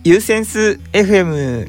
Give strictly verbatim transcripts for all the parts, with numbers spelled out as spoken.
ユーセンス エフエム。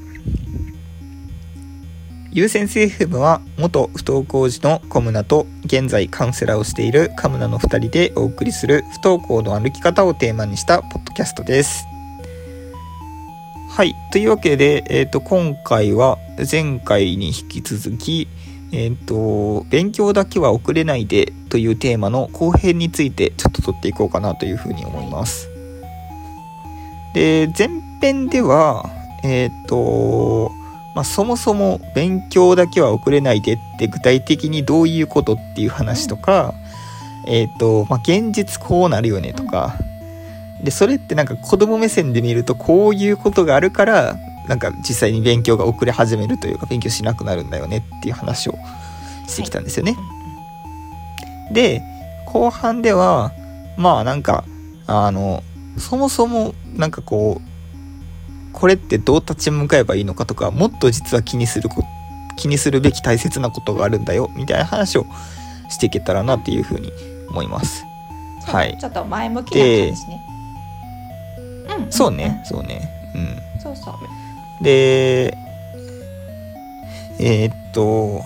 ユーセンス エフエム は元不登校児のコムナと現在カウンセラーをしているカムナのふたりでお送りする不登校の歩き方をテーマにしたポッドキャストです。はい、というわけで、えーと、今回は前回に引き続き、えーと、勉強だけは遅れないでというテーマの後編についてちょっと取っていこうかなというふうに思います。で、前編ではえーとまあ、そもそも勉強だけは遅れないでって具体的にどういうことっていう話とか、うん、えーとまあ、現実こうなるよねとか、うん、でそれってなんか子供目線で見るとこういうことがあるからなんか実際に勉強が遅れ始めるというか勉強しなくなるんだよねっていう話をしてきたんですよね。はい、で後半ではまあなんかあのそもそもなんかこうこれってどう立ち向かえばいいのかとか、もっと実は気にするこ気にするべき大切なことがあるんだよみたいな話をしていけたらなっていうふうに思います。はい。 ちょっと前向きな感じね。 うん、そうね、そうね。うん。 そうそう。 で、えー、っと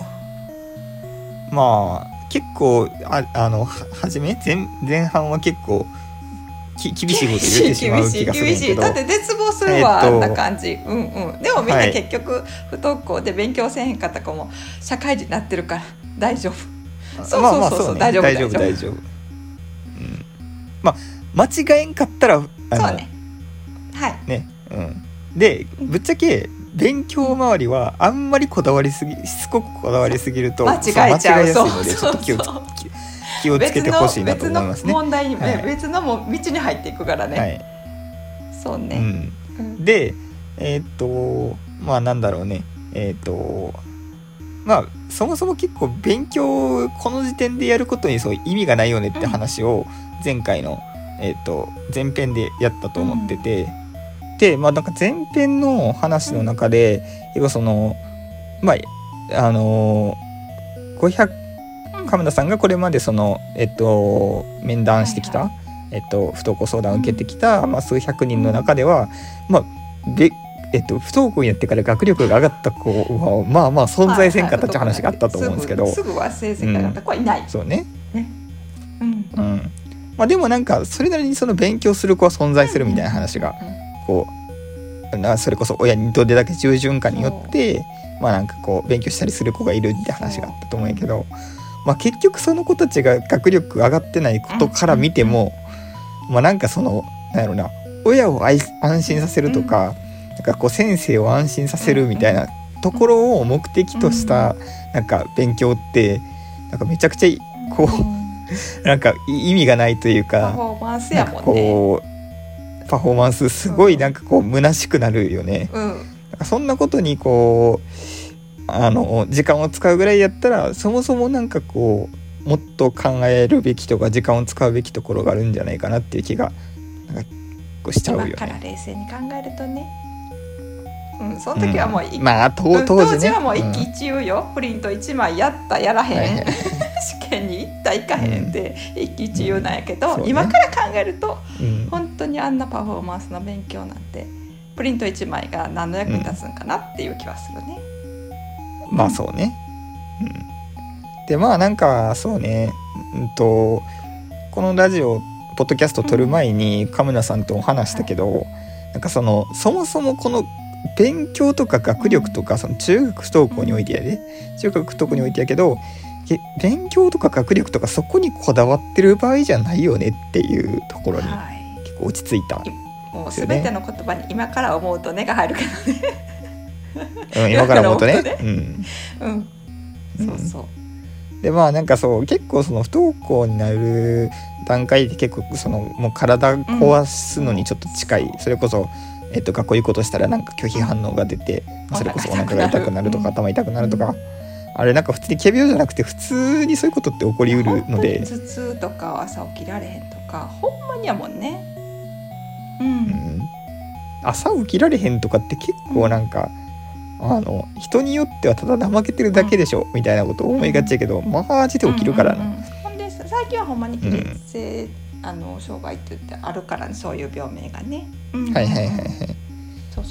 まあ結構ああのは初め 前, 前半は結構厳しいこと言ってしまう気がするんだけど、 だって絶望するわ、えー、あんな感じ、うんうん、でもみんな結局、はい、不登校で勉強せへんかった子も社会人になってるから大丈夫。そうそうそうそう、まあまあそうね、大丈夫大丈夫大丈夫、うん、まあ間違えんかったらあのそうねはいね、うん、でぶっちゃけ勉強周りはあんまりこだわりすぎしつこくこだわりすぎると間違えちゃう。 間違えやすいのでちょっと気をつけ気をつけてほしいなと思いますね。 別の問題に、はい、別のも道に入っていくからね、はい、そうね、 うん、でえー、っとまあなんだろうねえー、っとまあそもそも結構勉強この時点でやることにそう意味がないよねって話を前回の、えー、っと前編でやったと思ってて、うん、でまあなんか前編の話の中で結構そのまああのー、ごひゃく亀田さんがこれまでその、えっと、面談してきた、はいはいえっと、不登校相談を受けてきた、まあ、数百人の中では、まあべえっと、不登校になってから学力が上がった子はまあまあ存在せんかったって話があったと思うんですけど、 はいはい、すぐは成績が上がった子はいない、 うん、そうね、 ねうんうんまあ、でもなんかそれなりにその勉強する子は存在するみたいな話がこうなそれこそ親にどれだけ従順かによってまあなんかこう勉強したりする子がいるって話があったと思うんやけど、まあ、結局その子たちが学力上がってないことから見ても、まあなんかそのなんやろな親を安心させるとか、なんかこう先生を安心させるみたいなところを目的としたなんか勉強ってなんかめちゃくちゃこうなんか意味がないというか、 パフォーマンスやもんね。 こうパフォーマンスすごいなんかこう虚しくなるよね。なんかそんなことにこうあの時間を使うぐらいやったらそもそもなんかこうもっと考えるべきとか時間を使うべきところがあるんじゃないかなっていう気がなんかこうしちゃうよね。 今から冷静に考えるとね、うん、その時はもう、 うん、まあ当時ね、 当時はもう一喜一憂よ、うん、プリントいちまいやったやらへん、はいはい、試験に行った行かへんって一喜一憂なんやけど、うんね、今から考えると、うん、本当にあんなパフォーマンスの勉強なんてプリントいちまいが何の役に立つんかなっていう気はするね、 うん、まあそうね、うん、でまあなんかそうね、うんとこのラジオポッドキャスト撮る前に亀田さんとお話したけど、うんはい、なんかそのそもそもこの勉強とか学力とかその中学不登校においてやで、中学不登校においてやけど勉強とか学力とかそこにこだわってる場合じゃないよねっていうところに結構落ち着いた、はい、 もう全ての言葉に今から思うと根が入るけどねうん、今から思うとねうん、 うん、そうそうでまあなんかそう結構その不登校になる段階で結構そのもう体壊すのにちょっと近い、うん、それこそえっと学校行くことしたらなんか拒否反応が出て、うん、それこそお腹が痛くなるとか頭痛くなるとか、うん、あれなんか普通に仮病じゃなくて普通にそういうことって起こりうるので、 頭痛とか朝起きられへんとかほんまにやもんね、うんうん、 朝起きられへんとかって結構なんか、うん、あの人によってはただ怠けてるだけでしょ、うん、みたいなことを思いがちやけど、うん、マジで起きるからな、うんうんうん、 ほんで最近はほんまに起立性、うん、あの障害って言ってあるから、ね、そういう病名がね、うん、 はいはいはいはいそうそう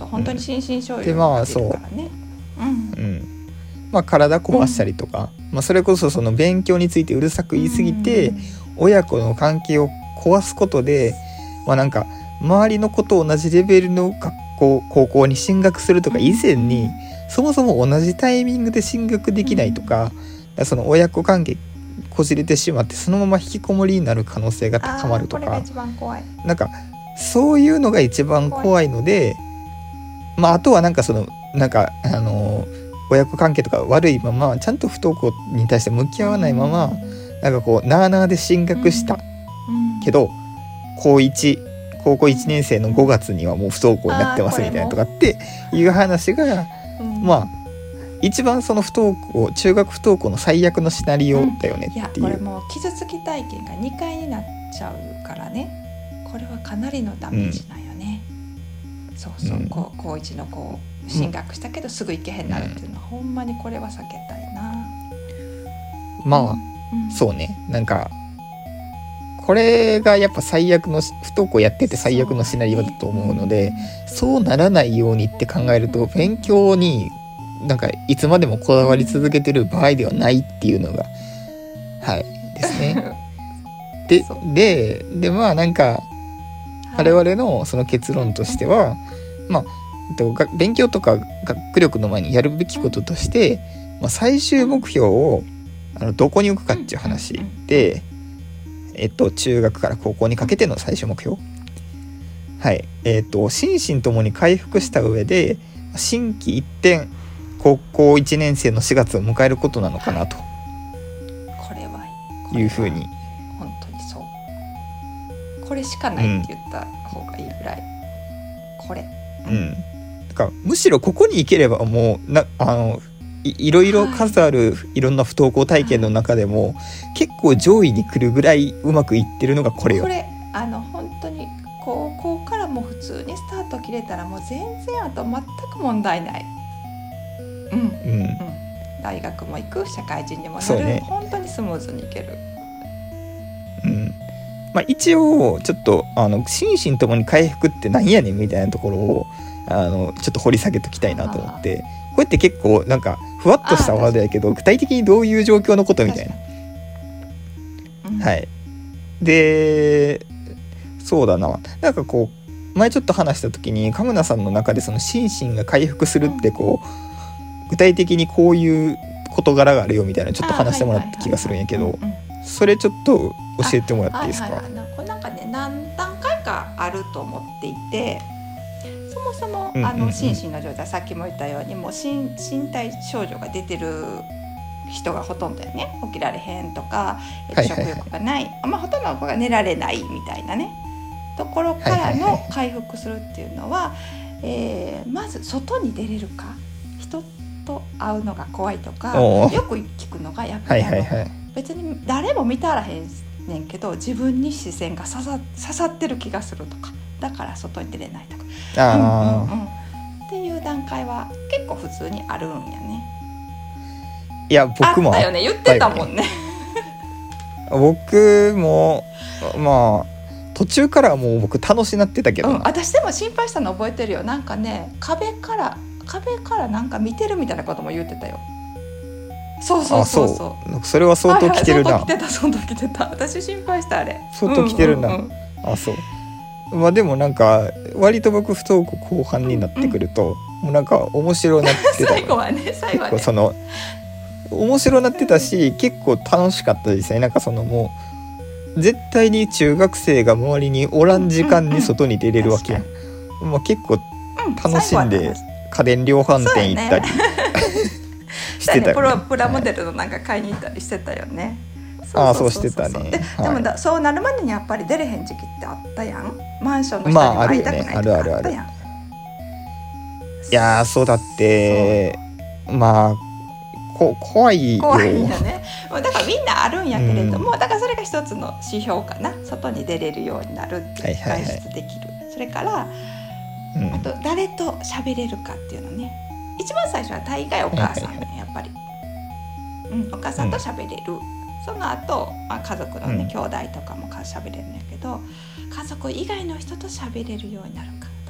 そう本当に心身症で状が出るからね、 まあそう、うんうんまあ、体壊したりとか、うんまあ、それこそその勉強についてうるさく言いすぎて、うん、親子の関係を壊すことで、まあ、なんか周りの子と同じレベルの学校高校に進学するとか以前に、そもそも同じタイミングで進学できないとか、うん、その親子関係こじれてしまってそのまま引きこもりになる可能性が高まるとか、これが一番怖い。なんかそういうのが一番怖いので、まああとはなんかそのなんかあの親子関係とか悪いままちゃんと不登校に対して向き合わないまま、うん、なんかこうなあなあで進学した、うん、けど高いち高校いちねん生のごがつにはもう不登校になってますみたいなとかっていう話が、うん、まあ一番その不登校中学不登校の最悪のシナリオだよねっていう、うん、いやこれもう傷つき体験がにかいになっちゃうからね、これはかなりのダメージなんよね、うん、そうそう、うん、高校いちの子進学したけどすぐ行けへんなるっていうのは、うん、ほんまにこれは避けたいな。 まあ、うん、そうね、なんかこれがやっぱ最悪の不登校やってて最悪のシナリオだと思うので、そう、ね、そうならないようにって考えると勉強になんかいつまでもこだわり続けてる場合ではないっていうのがはいですねで, で, でまあなんか我々のその結論としては、まあ勉強とか学力の前にやるべきこととして、まあ、最終目標をあのどこに置くかっていう話で、えっと、中学から高校にかけての最終目標、はい、えっと心身ともに回復した上で心機一転高校いちねん生のしがつを迎えることなのかなと、これはいうふうに本当にそうこれしかないって言った方がいいぐらい、うん、これうんだからむしろここに行ければもうなあの い, いろいろ数あるいろんな不登校体験の中でも、はい、結構上位に来るぐらいうまくいってるのがこれよ。 これあの本当に高校からも普通にスタート切れたらもう全然あと全く問題ない、うんうんうん、大学も行く社会人にもなる、ね、本当にスムーズにいける、 うんまあ、一応ちょっとあの心身ともに回復ってなんやねんみたいなところをあのちょっと掘り下げときたいなと思って、こうやって結構なんかふわっとしたワードやけど具体的にどういう状況のことみたいな、うん、はいでそうだななんかこう前ちょっと話した時にカムナさんの中でその心身が回復するってこう具体的にこういう事柄があるよみたいなちょっと話してもらった気がするんやけど、それちょっと教えてもらっていいですか。 はいはいはい、これなんかね何段階かあると思っていて、そもそも、うんうんうん、あの心身の状態さっきも言ったようにもう 身, 身体症状が出てる人がほとんどやね。起きられへんとか、はいはいはい、食欲がない、まあ、ほとんどの子が寝られないみたいなねところからの回復するっていうのは、えー、まず外に出れるか、人と会うのが怖いとかよく聞くのがやっぱり、はいはいはい、別に誰も見たらへんねんけど自分に視線が刺 さ, 刺さってる気がするとか、だから外に出れないとか、あ、うんうんうん、っていう段階は結構普通にあるんやね。 いや僕もあったよね、言ってたもんね僕もまあ途中からはもう僕楽しなってたけど、うん、 私でも心配したの覚えてるよ。なんかね壁から壁からなんか見てるみたいなことも言ってたよ。そうそうそうそう。 あ、そう。それは相当来てるな。 はいはい、相当来てた相当来てた。私心配したあれ。 相当来てるな。うんうんうん、あ、そう。まあでもなんか割と僕不登校後半になってくると、うんうん、もうなんか面白なってた。 最後はね最後はね。 その面白なってたし結構楽しかったですね。なんかそのもう絶対に中学生が周りにおらん時間に外に出れるわけやん。うんうん、まあ結構楽しんで家電量販店行ったり。してたよね、 プラモデルのなんか買いに行ったりしてたよね。 ああ、そうしてたね。 で、はい、でもだそうなるまでにやっぱり出れへん時期ってあったやん。マンションの人にも会いたくないとかあったやん。まあ、あるよね。あるあるある。 いやーそうだってまあこ怖いよ。 怖いよね。だからみんなあるんやけれども、うん、だからそれが一つの指標かな。外に出れるようになるっていう、外出できる、はいはいはい、それから、うん、あと誰と喋れるかっていうのね。一番最初は大概お母さんね、やっぱり、うん、お母さんと喋れる、うん、その後、まあ、家族のね、うん、兄弟とかも喋れるんやけど、家族以外の人と喋れるようになるか。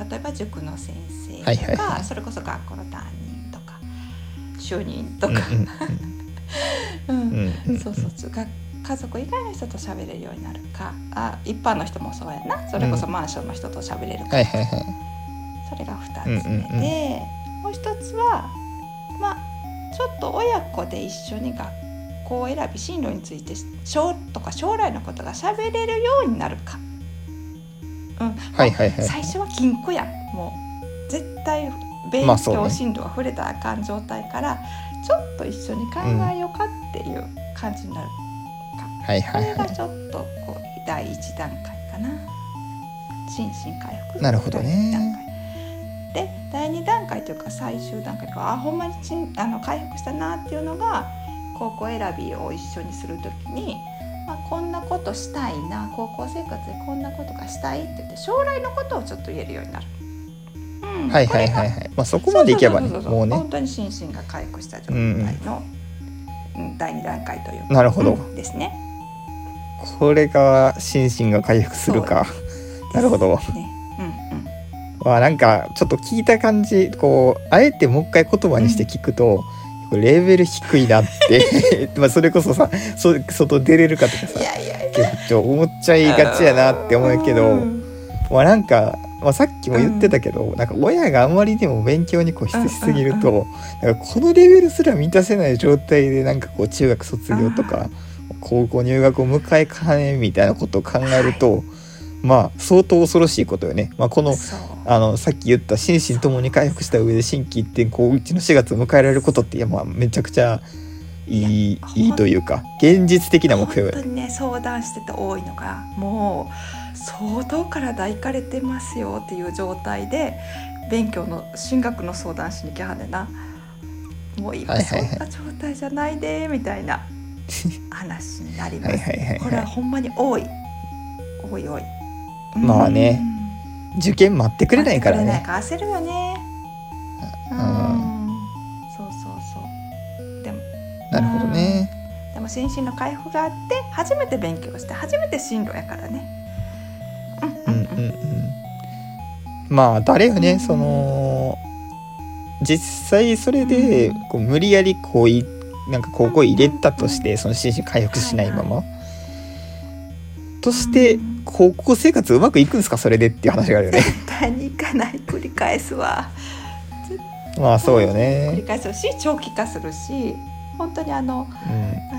例えば塾の先生とか、 はいはいはい、 それこそ学校の担任とか主任とか、 うんうんうんうん、 そうそうそう、家族以外の人と喋れるようになるか、あ、一般の人もそうやな、それこそマンションの人と喋れるか、うん、はいはいはい、それがふたつめで、うんうんうん、もう一つはまあちょっと親子で一緒に学校選び進路について将とか将来のことが喋れるようになるか、うん、はいはいはい、最初は禁句やん、もう絶対勉強進路は触れたらあかん状態から、ちょっと一緒に考えようかっていう感じになるか、うん、はいはいはい、これがちょっとこう第一段階かな、心身回復。 なるほどね。 でだいに段階というか最終段階か、あ、ほんまにあの回復したなっていうのが、高校選びを一緒にするときに、まあ、こんなことしたいな、高校生活でこんなことがしたいって言って将来のことをちょっと言えるようになる、うん、はいはいはいはい、まあ、そこまでいけばね、もうね本当に心身が回復した状態の、うん、だいに段階というか、 なるほど、 うん、ですね。 これが心身が回復するか、なるほど、ね、うんうん、まあ、なんかちょっと聞いた感じ、こうあえてもう一回言葉にして聞くと、うん、レベル低いなってまあそれこそさ、そ外出れるかとかさ、いやいやいやちょっと思っちゃいがちやなって思うけど、まあなんか、まあ、さっきも言ってたけど、うん、なんか親があまりにも勉強に固執しすぎると、うんうんうん、なんかこのレベルすら満たせない状態でなんかこう中学卒業とか高校入学を迎えかねみたいなことを考えると、はい、まあ相当恐ろしいことよね。まあ、このあのさっき言った心身ともに回復した上で心機一転こううちのしがつを迎えられることって、いや、まあめちゃくちゃいい、いいというか現実的な目標。 本当にね、相談してて多いのが、もう相当体いかれてますよっていう状態で勉強の進学の相談しに来はんねんな。もう今そんな状態じゃないでみたいな話になります。はいはいはいはい、これはほんまに多い多い多い。 まあね、受験待ってくれないからね。 待ってくれないから焦るよね。うん、うん、そうそうそう。でもなるほどね。 でも心身の回復があって初めて勉強して初めて進路やからね。 うんうんうんうん。まあ誰よね、うん、その実際それでこう無理やりこうなんか高校入れたとして、その心身回復しないまま、はいはい、として高校生活うまくいくんですかそれでっていう話があるよね。 絶対にいかない、繰り返すわ。 まあそうよね。 繰り返すし長期化するし、本当にあの、うん、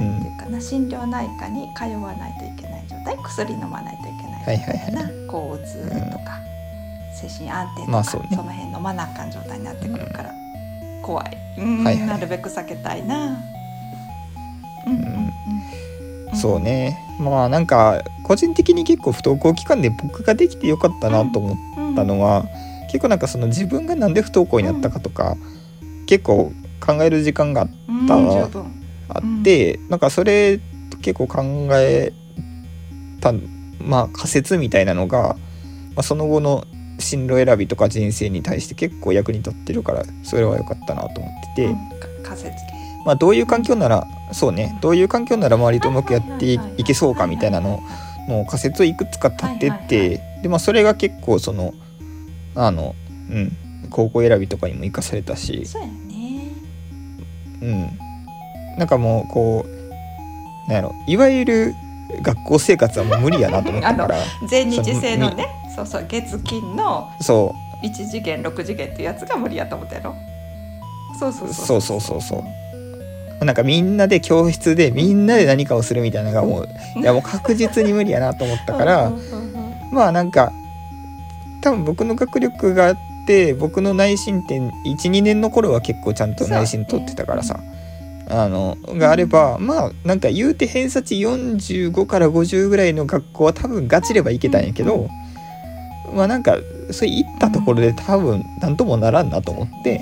なんていうかな、心療内科に通わないといけない状態、薬飲まないといけない状態な、はいはいはい、抗うつとか、うん、精神安定とか、まあ そ, ね、その辺飲まなあかん状態になってくるから、うん、怖い、うん、はいはい、なるべく避けたいな。 うんうんうん、そうね。まあなんか個人的に結構不登校期間で僕ができてよかったなと思ったのは、うんうん、結構なんかその自分がなんで不登校になったかとか、うん、結構考える時間があった、うん、あって、なんかそれ結構考えた、まあ仮説みたいなのが、まあ、その後の進路選びとか人生に対して結構役に立ってるから、それは良かったなと思ってて、うん、 仮説、 まあ、どういう環境ならそうねどういう環境なら周りとうまくやっていけそうかみたいなのの仮説をいくつか立ってって、で、まあ、それが結構そのあの、うん、高校選びとかにも生かされたし、 そうやね、 うん、なんかもうこうなんやろ、いわゆる学校生活はもう無理やなと思ったから全日制のね、そうそう月金のそういち次元ろく次元っていうやつが無理やと思ったやろ。そうそうそうそうそうそうなんかみんなで教室でみんなで何かをするみたいなのがもういやもう確実に無理やなと思ったからまあなんか多分僕の学力があって僕の内申点 いちにねんの頃は結構ちゃんと内申取ってたからさ、あのがあればまあなんか言うて偏差値よんじゅうごからごじゅうぐらいの学校は多分ガチればいけたんやけど、まあなんかそれ行ったところで多分なんともならんなと思って、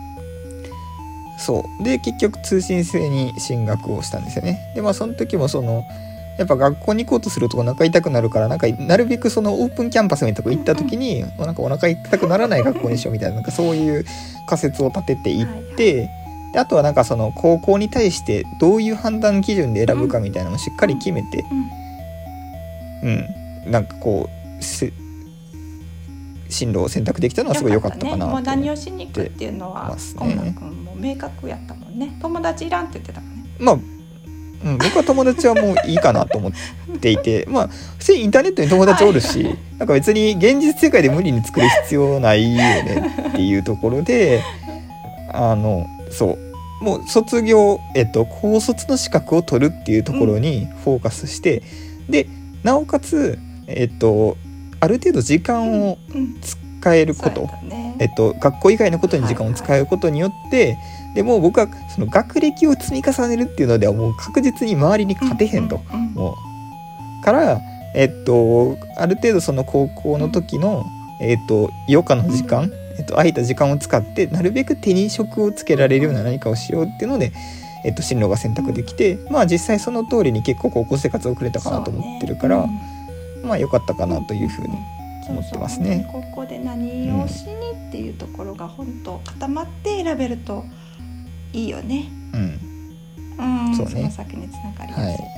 そうで結局通信制に進学をしたんですよね。でまあその時もそのやっぱ学校に行こうとするとお腹痛くなるからなんかなるべくそのオープンキャンパスみたいなとこ行った時に、うんうん、なんかお腹痛くならない学校にしようみたいな、 なんかそういう仮説を立てていって、はいはい、であとはなんかその高校に対してどういう判断基準で選ぶかみたいなのもしっかり決めて、うん、うん、なんかこう進路を選択できたのはすごい良かったかなと、 ね、もう何をしに行くっていうのは小村君も明確やったもんね。友達いらんって言ってたもんね。 まあ、うん、僕は友達はもういいかなと思っていてまあ普通にインターネットに友達おるし、はい、なんか別に現実世界で無理に作る必要ないよねっていうところであのそうもう卒業、えっと、高卒の資格を取るっていうところにフォーカスして、うん、でなおかつ、えっと、ある程度時間を使えること、うんうんねえっと、学校以外のことに時間を使うことによって、はいはい、でもう僕はその学歴を積み重ねるっていうのではもう確実に周りに勝てへんと、うんうんうん、もうから、えっと、ある程度その高校の時の、えっと、余暇の時間、うんえっと、空いた時間を使ってなるべく手に職をつけられるような何かをしようっていうので、えっと、進路が選択できて、まあ実際その通りに結構高校生活を送れたかなと思ってるから、ねうん、まあ良かったかなというふうに思ってますね。 そうそう高校で何をしにっていうところが本当固まって選べるといいよね。うん、うん、そうね、その先につながりやすいと思います。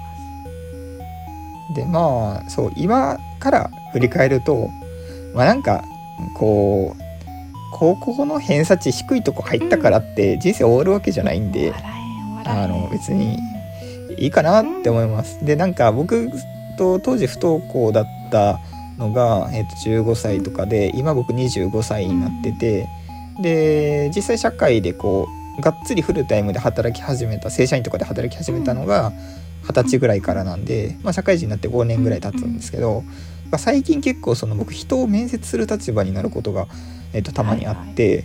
はい、でまあそう今から振り返ると、まあなんかこう高校の偏差値低いとこ入ったからって人生終わるわけじゃないんで、うん、あの別にいいかなって思います。でなんか僕と当時不登校だったのが、えー、とじゅうごさいとかで今僕にじゅうごさいになってて、で実際社会でこうがっつりフルタイムで働き始めた正社員とかで働き始めたのがはたちぐらいからなんで、まあ、社会人になってごねんぐらい経つんですけど、最近結構その僕人を面接する立場になることが、えー、とたまにあって、はいはい、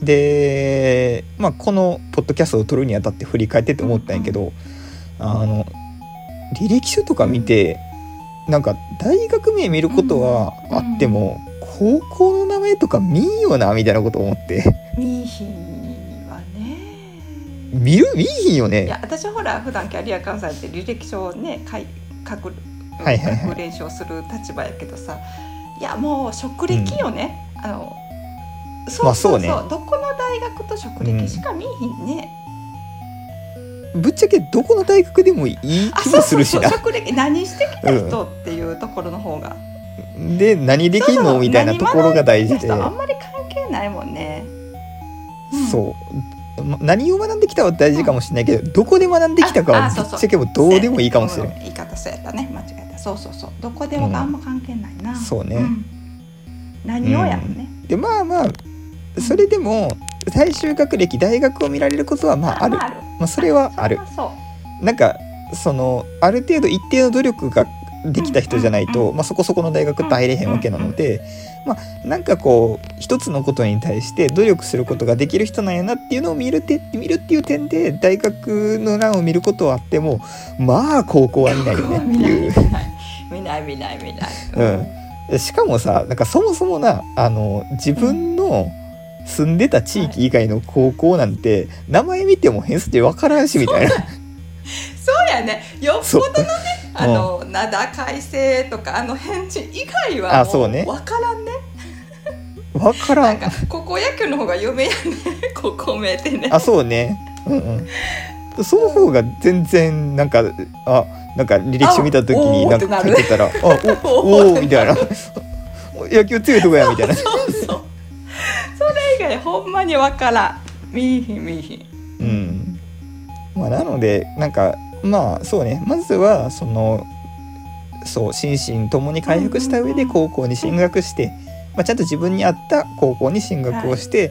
で、まあ、このポッドキャストを撮るにあたって振り返ってて思ったんやけど、あの履歴書とか見てなんか大学名見ることはあっても、うんうん、高校の名前とか見んよなみたいなこと思って見いひんわね。 見る見いひんよね。 いや私ほら普段キャリアカウンセラーって履歴書をね書くはいはいはい、 練習をする立場やけどさ、いやもう職歴よね、うん、あのそうそうそう、まあそうね、どこの大学と職歴しか見いひんね、 うん、ぶっちゃけどこの大学でもいい気もするしな。 そうそうそう職歴何してきた人っていうところの方が、 うん、で何できんのみたいなところが大事で、 あんまり関係ないもんね、 うん、そう何を学んできたは大事かもしれないけど、うん、どこで学んできたかはぶっちゃけもどうでもいいかもしれない。 言い方そうやったね、間違えた。そうそうそう、どこでもあんま関係ないな、うん、 そうね、 うん、何をやもんね、 うん、でまあまあそれでも最終学歴大学を見られることはまあある、まあある、まあ、それはある。そうなんかそのある程度一定の努力ができた人じゃないと、うんうんうんまあ、そこそこの大学って入れへんわけなので、まあ、なんかこう一つのことに対して努力することができる人なんやなっていうのを見るって見るっていう点で大学の欄を見ることはあっても、まあ高校は見ないよねっていう見ない見ない見ない、 うん、しかもさなんかそもそもなあの自分の住んでた地域以外の高校なんて、はい、名前見ても偏差値分からんしみたいな。 そうやね、よっぽどのねあの灘海星とかあの返事以外はもう分からんね。 分からん。 なんか高校野球の方が有名やね高校名ってね。 あそうね、うんうん、その方が全然なんかあなんか履歴書見た時になんか書いてたらあおおみたいな野球強いとこやみたいな。 そうそうそうそれ以外ほんまに分からん、見いひん見いひん。 うんまあ、なのでなんかまあそうね、まずはそのそう心身ともに回復した上で高校に進学して、まあ、ちゃんと自分に合った高校に進学をして、はい、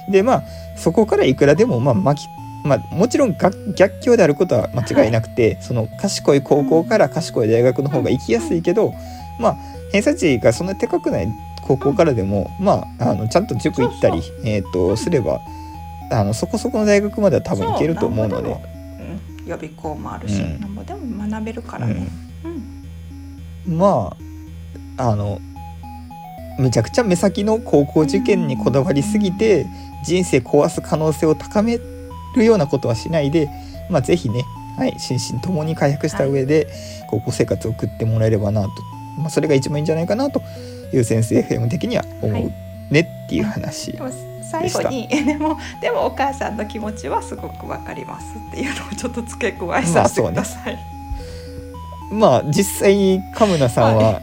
でまあそこからいくらでもまあ巻き、まあ、もちろん逆境であることは間違いなくて、はい、その賢い高校から賢い大学の方が行きやすいけど、まあ偏差値がそんな高くない高校からでも、まあ、あのちゃんと塾行ったりそうそう、えー、とすればあのそこそこの大学までは多分行けると思うので、 うん、予備校もあるし、うん、なんぼでも学べるからね、うんうん、まああのめちゃくちゃ目先の高校受験にこだわりすぎて、うん、人生壊す可能性を高めるようなことはしないで、まあ、ぜひね、はい、心身ともに回復した上で高校生活を送ってもらえればなと、まあ、それが一番いいんじゃないかなというセンス エフエム 的には思うねっていう話でした。 最後にでも、でもお母さんの気持ちはすごくわかりますっていうのをちょっと付け加えさせてください。 まあ、ね、まあ実際にカムナさんは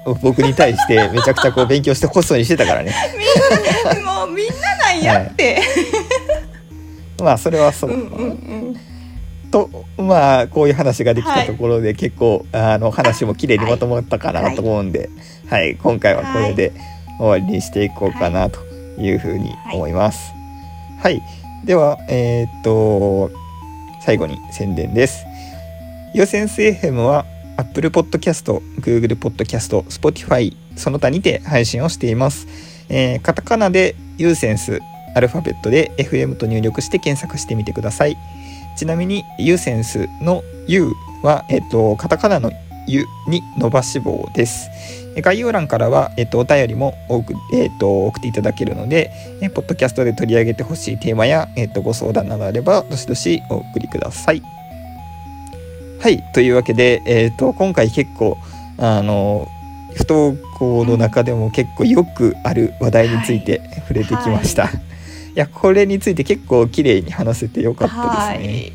僕に対してめちゃくちゃこう勉強してほしそうにしてたからねみんなもうみんななんやって、はい、 まあそれはそう、うんうんうん、とまあこういう話ができたところで、はい、結構あの話も綺麗にまとまったかなと思うんで、はい、はい、今回はこれで終わりにしていこうかなというふうに思います。はい、はい、ではえー、っと最後に宣伝です。ユーセンス エフエム は Apple Podcast、Google Podcast、Spotify その他にて配信をしています。えー、カタカナでユーセンス、アルファベットで エフエム と入力して検索してみてください。ちなみにユーセンスの U は、えー、とカタカナの U に伸ばし棒です。概要欄からは、えー、とお便りも多く、えー、と送っていただけるので、えー、ポッドキャストで取り上げてほしいテーマや、えー、とご相談などあればどしどしお送りください。はい、というわけで、えー、と今回結構あの不登校の中でも結構よくある話題について触れてきました、はいはい、いやこれについて結構綺麗に話せてよかったですね、はい、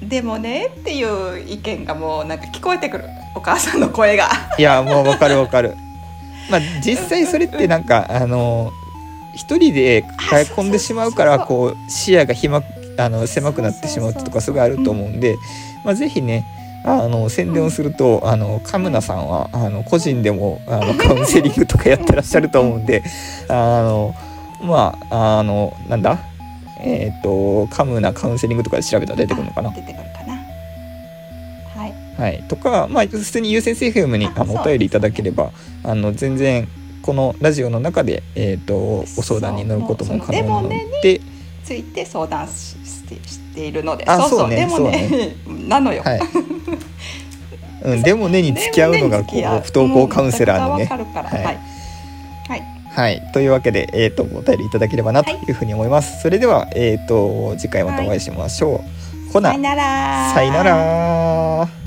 でもねっていう意見がもうなんか聞こえてくる、お母さんの声がいやもう分かる分かるまあ実際それってなんかあの一人で抱え込んでしまうからこう視野が狭あの狭くなってしまうとかすごいあると思うんで、まあ、ぜひねあの宣伝をすると、あのカムナさんはあの個人でもあのカウンセリングとかやってらっしゃると思うんであのまああのなんだえっ、ー、とカムナカウンセリングとかで調べたら出てくるのかな、 出てくるかな、はい、 はい、とか、まあ、普通にユーセンス エフエム にあのお便りいただければ、あの全然このラジオの中で、えー、とご相談に乗ることも可能なので、 ついて相談し して, しているので、 あ、 そうそう、 そうね、 でもね、 そうねなのよ、 はいうん、でもねに付き合うのがこう不登校カウンセラーのね、 はいはいはい、というわけで、えー、とお便りいただければなというふうに思います、はい、それでは、えー、と次回またお会いしましょう、はい、ほなさよならさよなら。